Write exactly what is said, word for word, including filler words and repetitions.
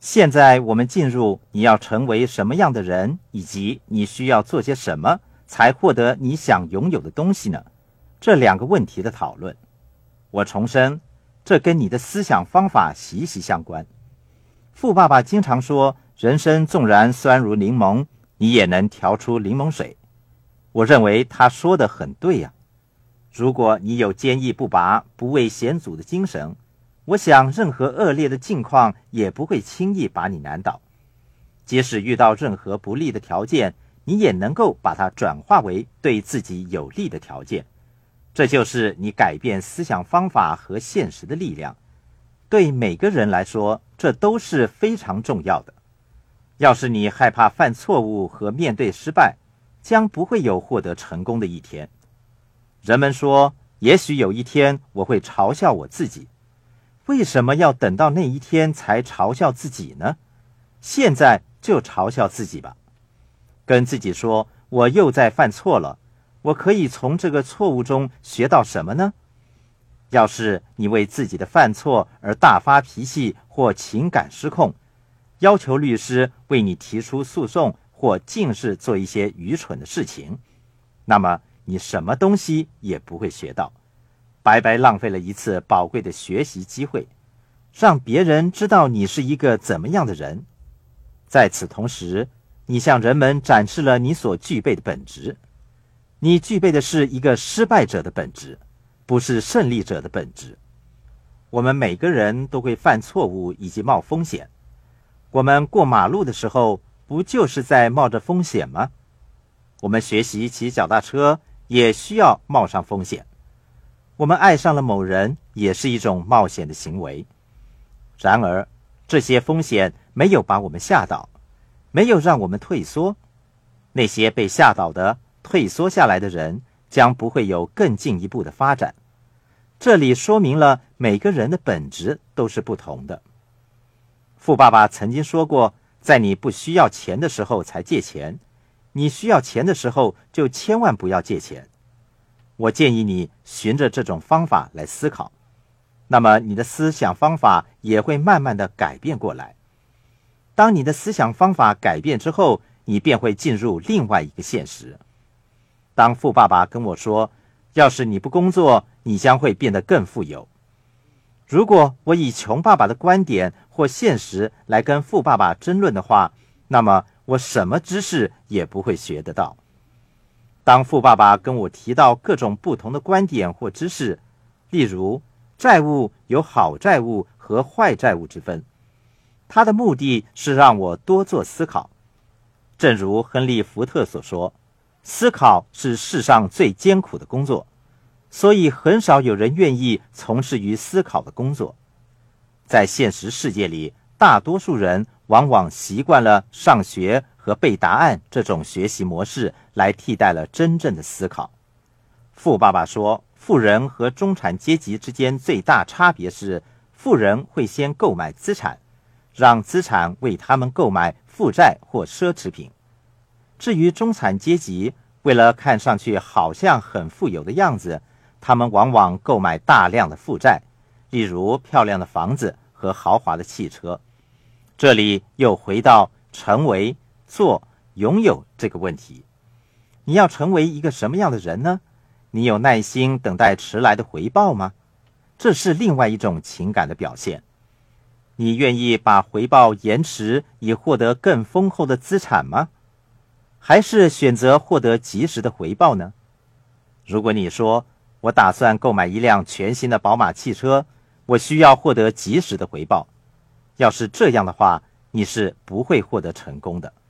现在我们进入你要成为什么样的人，以及你需要做些什么才获得你想拥有的东西呢？这两个问题的讨论。我重申，这跟你的思想方法息息相关。富爸爸经常说，人生纵然酸如柠檬，你也能调出柠檬水。我认为他说得很对呀、啊。如果你有坚毅不拔、不畏险阻的精神，我想任何恶劣的境况也不会轻易把你难倒。即使遇到任何不利的条件，你也能够把它转化为对自己有利的条件。这就是你改变思想方法和现实的力量。对每个人来说，这都是非常重要的。要是你害怕犯错误和面对失败，将不会有获得成功的一天。人们说，也许有一天我会嘲笑我自己。为什么要等到那一天才嘲笑自己呢？现在就嘲笑自己吧。跟自己说，我又在犯错了，我可以从这个错误中学到什么呢？要是你为自己的犯错而大发脾气或情感失控，要求律师为你提出诉讼或尽是做一些愚蠢的事情，那么你什么东西也不会学到，白白浪费了一次宝贵的学习机会，让别人知道你是一个怎么样的人。在此同时，你向人们展示了你所具备的本质。你具备的是一个失败者的本质，不是胜利者的本质。我们每个人都会犯错误以及冒风险。我们过马路的时候，不就是在冒着风险吗？我们学习骑脚踏车也需要冒上风险。我们爱上了某人，也是一种冒险的行为。然而，这些风险没有把我们吓倒，没有让我们退缩。那些被吓倒的、退缩下来的人，将不会有更进一步的发展。这里说明了每个人的本质都是不同的。富爸爸曾经说过，在你不需要钱的时候才借钱，你需要钱的时候就千万不要借钱。我建议你循着这种方法来思考，那么你的思想方法也会慢慢的改变过来。当你的思想方法改变之后，你便会进入另外一个现实。当富爸爸跟我说，要是你不工作，你将会变得更富有。如果我以穷爸爸的观点或现实来跟富爸爸争论的话，那么我什么知识也不会学得到。当富爸爸跟我提到各种不同的观点或知识，例如债务有好债务和坏债务之分，他的目的是让我多做思考。正如亨利·福特所说，思考是世上最艰苦的工作，所以很少有人愿意从事于思考的工作。在现实世界里，大多数人往往习惯了上学和背答案这种学习模式来替代了真正的思考。富爸爸说，富人和中产阶级之间最大差别是，富人会先购买资产，让资产为他们购买负债或奢侈品。至于中产阶级，为了看上去好像很富有的样子，他们往往购买大量的负债，例如漂亮的房子和豪华的汽车。这里又回到成为、做、拥有这个问题。你要成为一个什么样的人呢？你有耐心等待迟来的回报吗？这是另外一种情感的表现。你愿意把回报延迟，以获得更丰厚的资产吗？还是选择获得及时的回报呢？如果你说，我打算购买一辆全新的宝马汽车，我需要获得及时的回报，要是这样的话，你是不会获得成功的。